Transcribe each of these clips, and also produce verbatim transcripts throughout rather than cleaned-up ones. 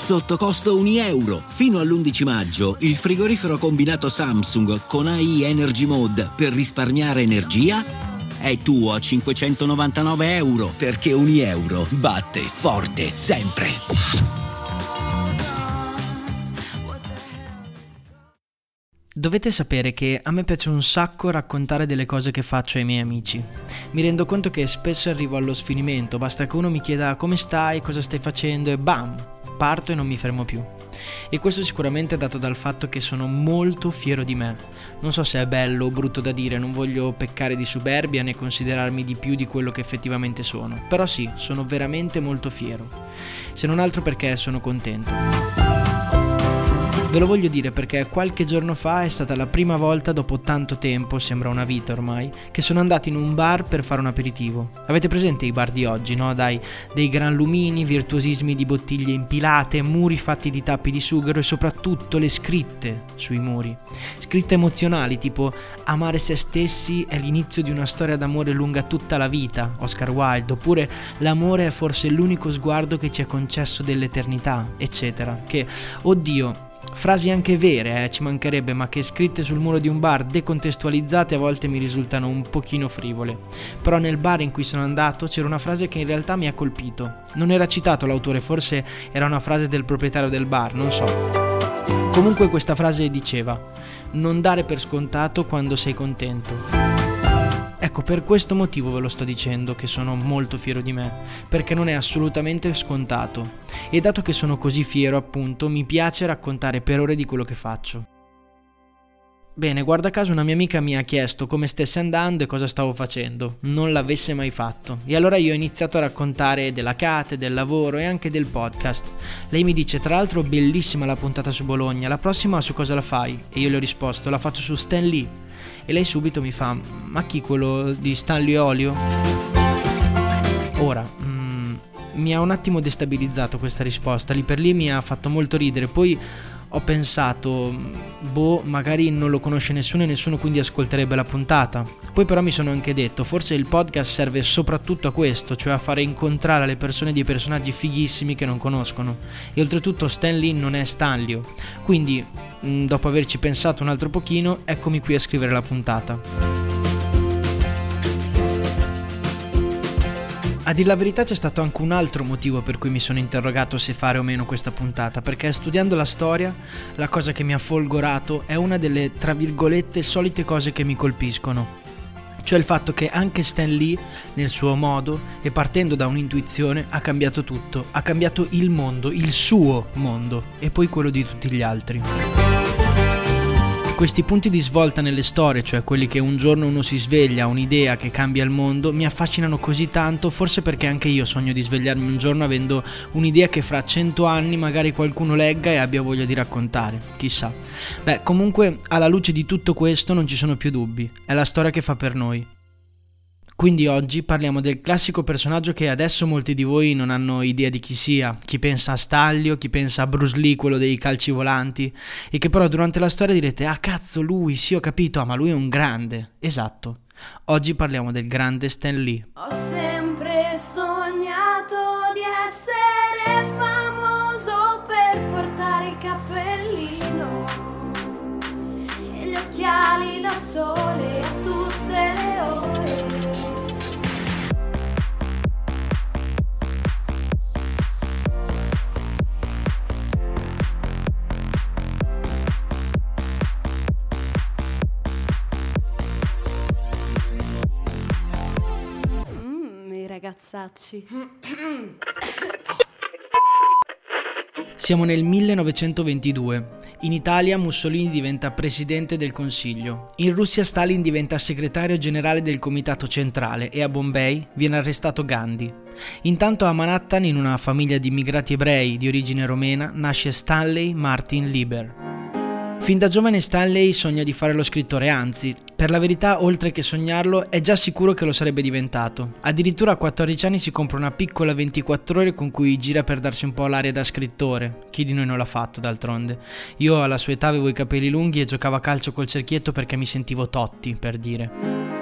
sotto costo un euro. Fino all'undici maggio il frigorifero combinato Samsung con A I Energy Mode per risparmiare energia è tuo a cinquecentonovantanove euro, perché un euro batte forte sempre. Dovete sapere che a me piace un sacco raccontare delle cose che faccio ai miei amici. Mi rendo conto che spesso arrivo allo sfinimento, basta che uno mi chieda come stai, cosa stai facendo e bam, parto e non mi fermo più. E questo sicuramente è dato dal fatto che sono molto fiero di me. Non so se è bello o brutto da dire, non voglio peccare di superbia né considerarmi di più di quello che effettivamente sono. Però sì, sono veramente molto fiero. Se non altro perché sono contento. Ve lo voglio dire perché qualche giorno fa è stata la prima volta dopo tanto tempo, sembra una vita ormai, che sono andato in un bar per fare un aperitivo. Avete presente i bar di oggi, no? Dai, dei gran lumini, virtuosismi di bottiglie impilate, muri fatti di tappi di sughero e soprattutto le scritte sui muri. Scritte emozionali tipo amare se stessi è l'inizio di una storia d'amore lunga tutta la vita, Oscar Wilde, oppure l'amore è forse l'unico sguardo che ci è concesso dell'eternità, eccetera. Che, oddio, frasi anche vere, eh, ci mancherebbe, ma che scritte sul muro di un bar decontestualizzate a volte mi risultano un pochino frivole. Però nel bar in cui sono andato c'era una frase che in realtà mi ha colpito. Non era citato l'autore, forse era una frase del proprietario del bar, non so. Comunque questa frase diceva: non dare per scontato quando sei contento. Ecco, per questo motivo ve lo sto dicendo che sono molto fiero di me, perché non è assolutamente scontato. E dato che sono così fiero, appunto, mi piace raccontare per ore di quello che faccio. Bene, guarda caso una mia amica mi ha chiesto come stesse andando e cosa stavo facendo. Non l'avesse mai fatto. E allora io ho iniziato a raccontare della Kate, del lavoro e anche del podcast. Lei mi dice: tra l'altro bellissima la puntata su Bologna, la prossima su cosa la fai? E io le ho risposto: la faccio su Stan Lee. E lei subito mi fa: ma chi, quello di Stanley Olio? Ora, mm, mi ha un attimo destabilizzato questa risposta, lì per lì mi ha fatto molto ridere. Poi ho pensato, boh, magari non lo conosce nessuno e nessuno quindi ascolterebbe la puntata. Poi però mi sono anche detto, forse il podcast serve soprattutto a questo, cioè a fare incontrare alle persone dei personaggi fighissimi che non conoscono. E oltretutto Stan Lee non è Stanlio. Quindi, dopo averci pensato un altro pochino, eccomi qui a scrivere la puntata. A dir la verità c'è stato anche un altro motivo per cui mi sono interrogato se fare o meno questa puntata, perché studiando la storia la cosa che mi ha folgorato è una delle, tra virgolette, solite cose che mi colpiscono, cioè il fatto che anche Stan Lee, nel suo modo e partendo da un'intuizione, ha cambiato tutto, ha cambiato il mondo, il suo mondo e poi quello di tutti gli altri. Questi punti di svolta nelle storie, cioè quelli che un giorno uno si sveglia a un'idea che cambia il mondo, mi affascinano così tanto, forse perché anche io sogno di svegliarmi un giorno avendo un'idea che fra cento anni magari qualcuno legga e abbia voglia di raccontare, chissà. Beh, comunque alla luce di tutto questo non ci sono più dubbi, è la storia che fa per noi. Quindi oggi parliamo del classico personaggio che adesso molti di voi non hanno idea di chi sia, chi pensa a Stanlio, chi pensa a Bruce Lee, quello dei calci volanti, e che però durante la storia direte: ah cazzo, lui, sì ho capito, ah, ma lui è un grande. Esatto, oggi parliamo del grande Stan Lee. Ho sempre sognato di essere famoso per portare il cappellino e gli occhiali da sole a tutte le ore. Ragazzacci. Siamo nel millenovecentoventidue. In Italia Mussolini diventa presidente del Consiglio. In Russia Stalin diventa segretario generale del Comitato Centrale e a Bombay viene arrestato Gandhi. Intanto a Manhattan, in una famiglia di immigrati ebrei di origine romena, nasce Stanley Martin Lieber. Fin da giovane Stanley sogna di fare lo scrittore, anzi, per la verità, oltre che sognarlo, è già sicuro che lo sarebbe diventato. Addirittura a quattordici anni si compra una piccola ventiquattro ore con cui gira per darsi un po' l'aria da scrittore. Chi di noi non l'ha fatto, d'altronde? Io alla sua età avevo i capelli lunghi e giocavo a calcio col cerchietto perché mi sentivo Totti, per dire.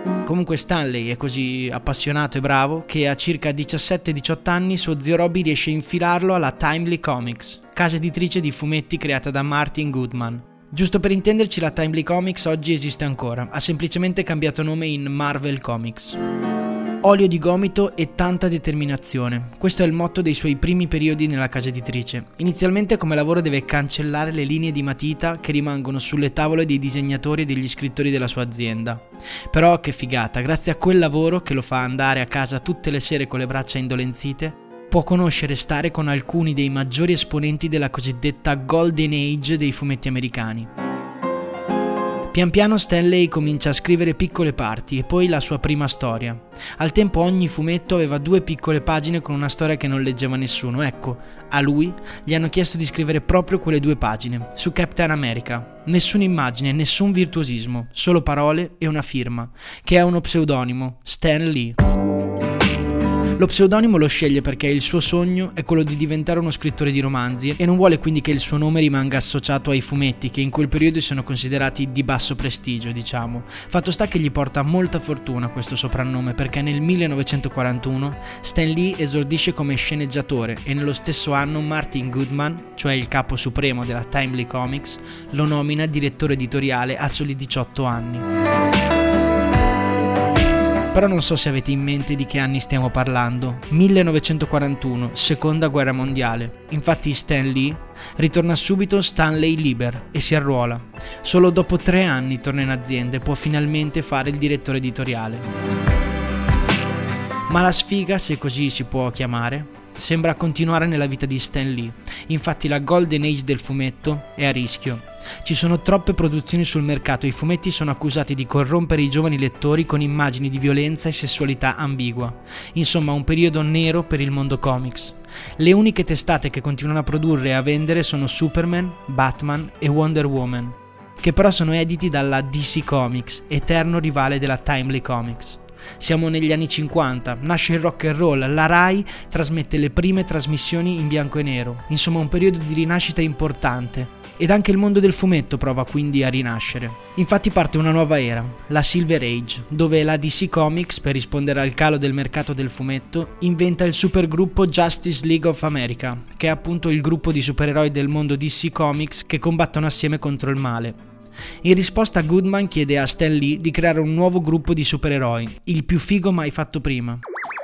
Comunque Stanley è così appassionato e bravo che a circa diciassette diciotto anni suo zio Robbie riesce a infilarlo alla Timely Comics, casa editrice di fumetti creata da Martin Goodman. Giusto per intenderci, la Timely Comics oggi esiste ancora, ha semplicemente cambiato nome in Marvel Comics. Olio di gomito e tanta determinazione. Questo è il motto dei suoi primi periodi nella casa editrice. Inizialmente come lavoro deve cancellare le linee di matita che rimangono sulle tavole dei disegnatori e degli scrittori della sua azienda. Però che figata, grazie a quel lavoro che lo fa andare a casa tutte le sere con le braccia indolenzite, può conoscere e stare con alcuni dei maggiori esponenti della cosiddetta Golden Age dei fumetti americani. Pian piano Stanley comincia a scrivere piccole parti e poi la sua prima storia. Al tempo ogni fumetto aveva due piccole pagine con una storia che non leggeva nessuno. Ecco, a lui gli hanno chiesto di scrivere proprio quelle due pagine, su Captain America. Nessuna immagine, nessun virtuosismo, solo parole e una firma, che è uno pseudonimo, Stan Lee. Lo pseudonimo lo sceglie perché il suo sogno è quello di diventare uno scrittore di romanzi e non vuole quindi che il suo nome rimanga associato ai fumetti che in quel periodo sono considerati di basso prestigio, diciamo. Fatto sta che gli porta molta fortuna questo soprannome perché nel millenovecentoquarantuno Stan Lee esordisce come sceneggiatore e nello stesso anno Martin Goodman, cioè il capo supremo della Timely Comics, lo nomina direttore editoriale a soli diciotto anni. Però non so se avete in mente di che anni stiamo parlando. millenovecentoquarantuno, seconda guerra mondiale. Infatti Stan Lee ritorna subito Stanley Lieber e si arruola. Solo dopo tre anni torna in azienda e può finalmente fare il direttore editoriale. Ma la sfiga, se così si può chiamare, sembra continuare nella vita di Stan Lee. Infatti la Golden Age del fumetto è a rischio. Ci sono troppe produzioni sul mercato e i fumetti sono accusati di corrompere i giovani lettori con immagini di violenza e sessualità ambigua. Insomma, un periodo nero per il mondo comics. Le uniche testate che continuano a produrre e a vendere sono Superman, Batman e Wonder Woman, che però sono editi dalla D C Comics, eterno rivale della Timely Comics. Siamo negli anni cinquanta, nasce il rock and roll, la Rai trasmette le prime trasmissioni in bianco e nero, insomma un periodo di rinascita importante. Ed anche il mondo del fumetto prova quindi a rinascere. Infatti parte una nuova era, la Silver Age, dove la D C Comics, per rispondere al calo del mercato del fumetto, inventa il supergruppo Justice League of America, che è appunto il gruppo di supereroi del mondo D C Comics che combattono assieme contro il male. In risposta Goodman chiede a Stan Lee di creare un nuovo gruppo di supereroi, il più figo mai fatto prima.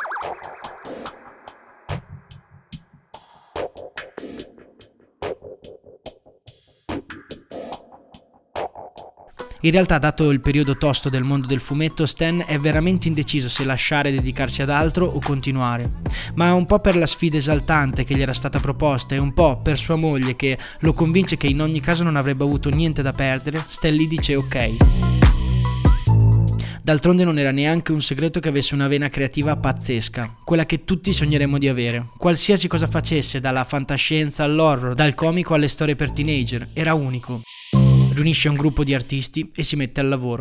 In realtà, dato il periodo tosto del mondo del fumetto, Stan è veramente indeciso se lasciare e dedicarsi ad altro o continuare. Ma un po' per la sfida esaltante che gli era stata proposta e un po' per sua moglie che lo convince che in ogni caso non avrebbe avuto niente da perdere, Stan Lee dice ok. D'altronde non era neanche un segreto che avesse una vena creativa pazzesca, quella che tutti sogneremmo di avere. Qualsiasi cosa facesse, dalla fantascienza all'horror, dal comico alle storie per teenager, era unico. Riunisce un gruppo di artisti e si mette al lavoro.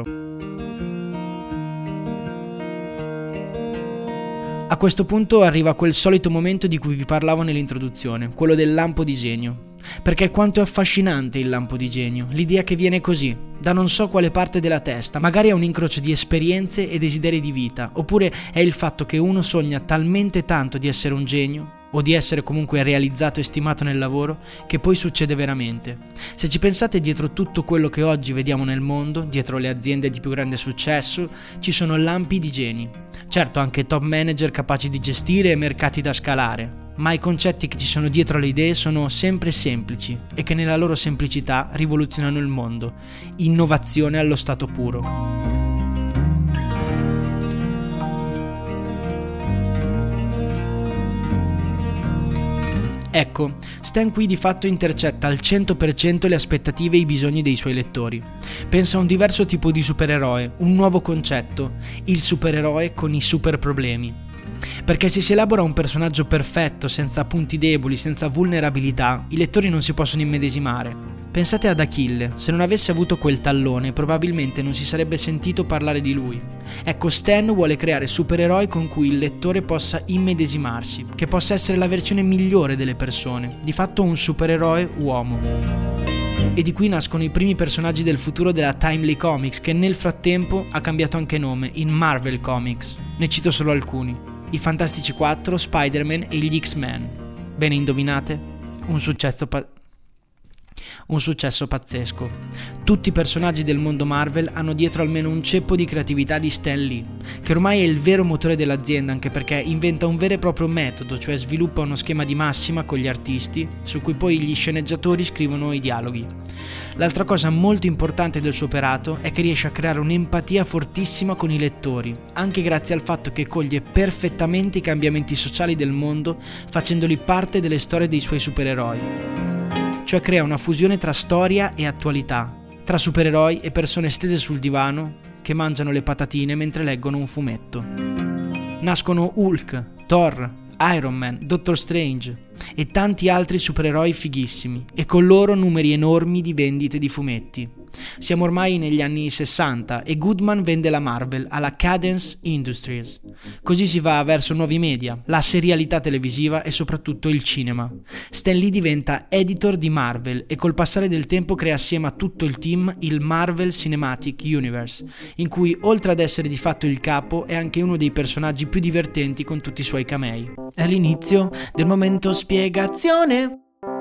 A questo punto arriva quel solito momento di cui vi parlavo nell'introduzione, quello del lampo di genio. Perché quanto è affascinante il lampo di genio, l'idea che viene così, da non so quale parte della testa, magari è un incrocio di esperienze e desideri di vita, oppure è il fatto che uno sogna talmente tanto di essere un genio, o di essere comunque realizzato e stimato nel lavoro, che poi succede veramente. Se ci pensate, dietro tutto quello che oggi vediamo nel mondo, dietro le aziende di più grande successo, ci sono lampi di geni. Certo, anche top manager capaci di gestire e mercati da scalare, ma i concetti che ci sono dietro le idee sono sempre semplici e che nella loro semplicità rivoluzionano il mondo. Innovazione allo stato puro. Ecco, Stan qui di fatto intercetta al cento per cento le aspettative e i bisogni dei suoi lettori. Pensa a un diverso tipo di supereroe, un nuovo concetto, il supereroe con i super problemi. Perché se si elabora un personaggio perfetto, senza punti deboli, senza vulnerabilità, i lettori non si possono immedesimare. Pensate ad Achille, se non avesse avuto quel tallone probabilmente non si sarebbe sentito parlare di lui. Ecco, Stan vuole creare supereroi con cui il lettore possa immedesimarsi, che possa essere la versione migliore delle persone, di fatto un supereroe uomo. E di qui nascono i primi personaggi del futuro della Timely Comics, che nel frattempo ha cambiato anche nome in Marvel Comics. Ne cito solo alcuni: i Fantastici quattro, Spider-Man e gli X-Men. Bene, indovinate? Un successo pa- Un successo pazzesco. Tutti i personaggi del mondo Marvel hanno dietro almeno un ceppo di creatività di Stan Lee, che ormai è il vero motore dell'azienda, anche perché inventa un vero e proprio metodo, cioè sviluppa uno schema di massima con gli artisti, su cui poi gli sceneggiatori scrivono i dialoghi. L'altra cosa molto importante del suo operato è che riesce a creare un'empatia fortissima con i lettori, anche grazie al fatto che coglie perfettamente i cambiamenti sociali del mondo, facendoli parte delle storie dei suoi supereroi. Cioè crea una fusione tra storia e attualità, tra supereroi e persone stese sul divano che mangiano le patatine mentre leggono un fumetto. Nascono Hulk, Thor, Iron Man, Doctor Strange e tanti altri supereroi fighissimi, e con loro numeri enormi di vendite di fumetti. Siamo ormai negli anni sessanta e Goodman vende la Marvel alla Cadence Industries. Così si va verso nuovi media, la serialità televisiva e soprattutto il cinema. Stan Lee diventa editor di Marvel e col passare del tempo crea assieme a tutto il team il Marvel Cinematic Universe, in cui oltre ad essere di fatto il capo è anche uno dei personaggi più divertenti con tutti i suoi camei. È l'inizio del momento spiegazione.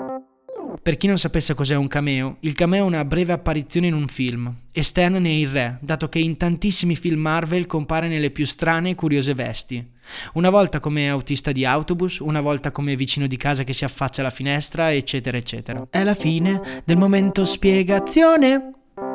Per chi non sapesse cos'è un cameo, il cameo è una breve apparizione in un film, e Stan ne è il re, dato che in tantissimi film Marvel compare nelle più strane e curiose vesti. Una volta come autista di autobus, una volta come vicino di casa che si affaccia alla finestra, eccetera eccetera. È la fine del momento spiegazione.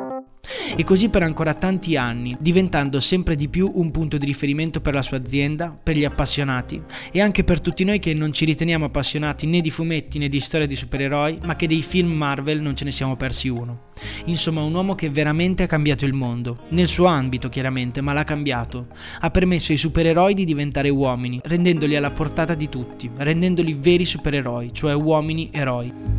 E così per ancora tanti anni, diventando sempre di più un punto di riferimento per la sua azienda, per gli appassionati e anche per tutti noi che non ci riteniamo appassionati né di fumetti né di storie di supereroi, ma che dei film Marvel non ce ne siamo persi uno. Insomma, un uomo che veramente ha cambiato il mondo, nel suo ambito chiaramente, ma l'ha cambiato. Ha permesso ai supereroi di diventare uomini, rendendoli alla portata di tutti, rendendoli veri supereroi, cioè uomini eroi.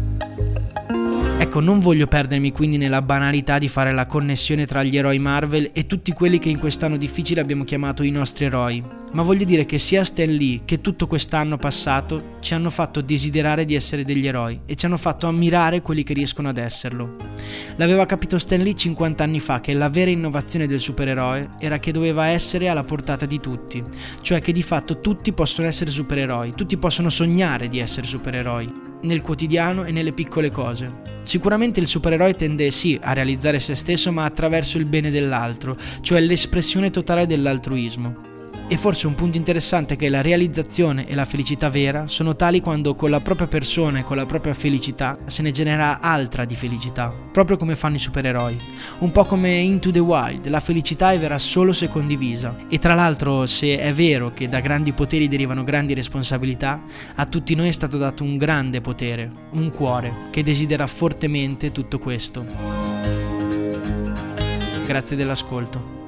Ecco, non voglio perdermi quindi nella banalità di fare la connessione tra gli eroi Marvel e tutti quelli che in quest'anno difficile abbiamo chiamato i nostri eroi, ma voglio dire che sia Stan Lee che tutto quest'anno passato ci hanno fatto desiderare di essere degli eroi e ci hanno fatto ammirare quelli che riescono ad esserlo. L'aveva capito Stan Lee cinquanta anni fa che la vera innovazione del supereroe era che doveva essere alla portata di tutti, cioè che di fatto tutti possono essere supereroi, tutti possono sognare di essere supereroi, nel quotidiano e nelle piccole cose. Sicuramente il supereroe tende sì a realizzare se stesso, ma attraverso il bene dell'altro, cioè l'espressione totale dell'altruismo. E forse un punto interessante è che la realizzazione e la felicità vera sono tali quando con la propria persona e con la propria felicità se ne genera altra di felicità, proprio come fanno i supereroi. Un po' come Into the Wild, la felicità è vera solo se condivisa. E tra l'altro, se è vero che da grandi poteri derivano grandi responsabilità, a tutti noi è stato dato un grande potere, un cuore, che desidera fortemente tutto questo. Grazie dell'ascolto.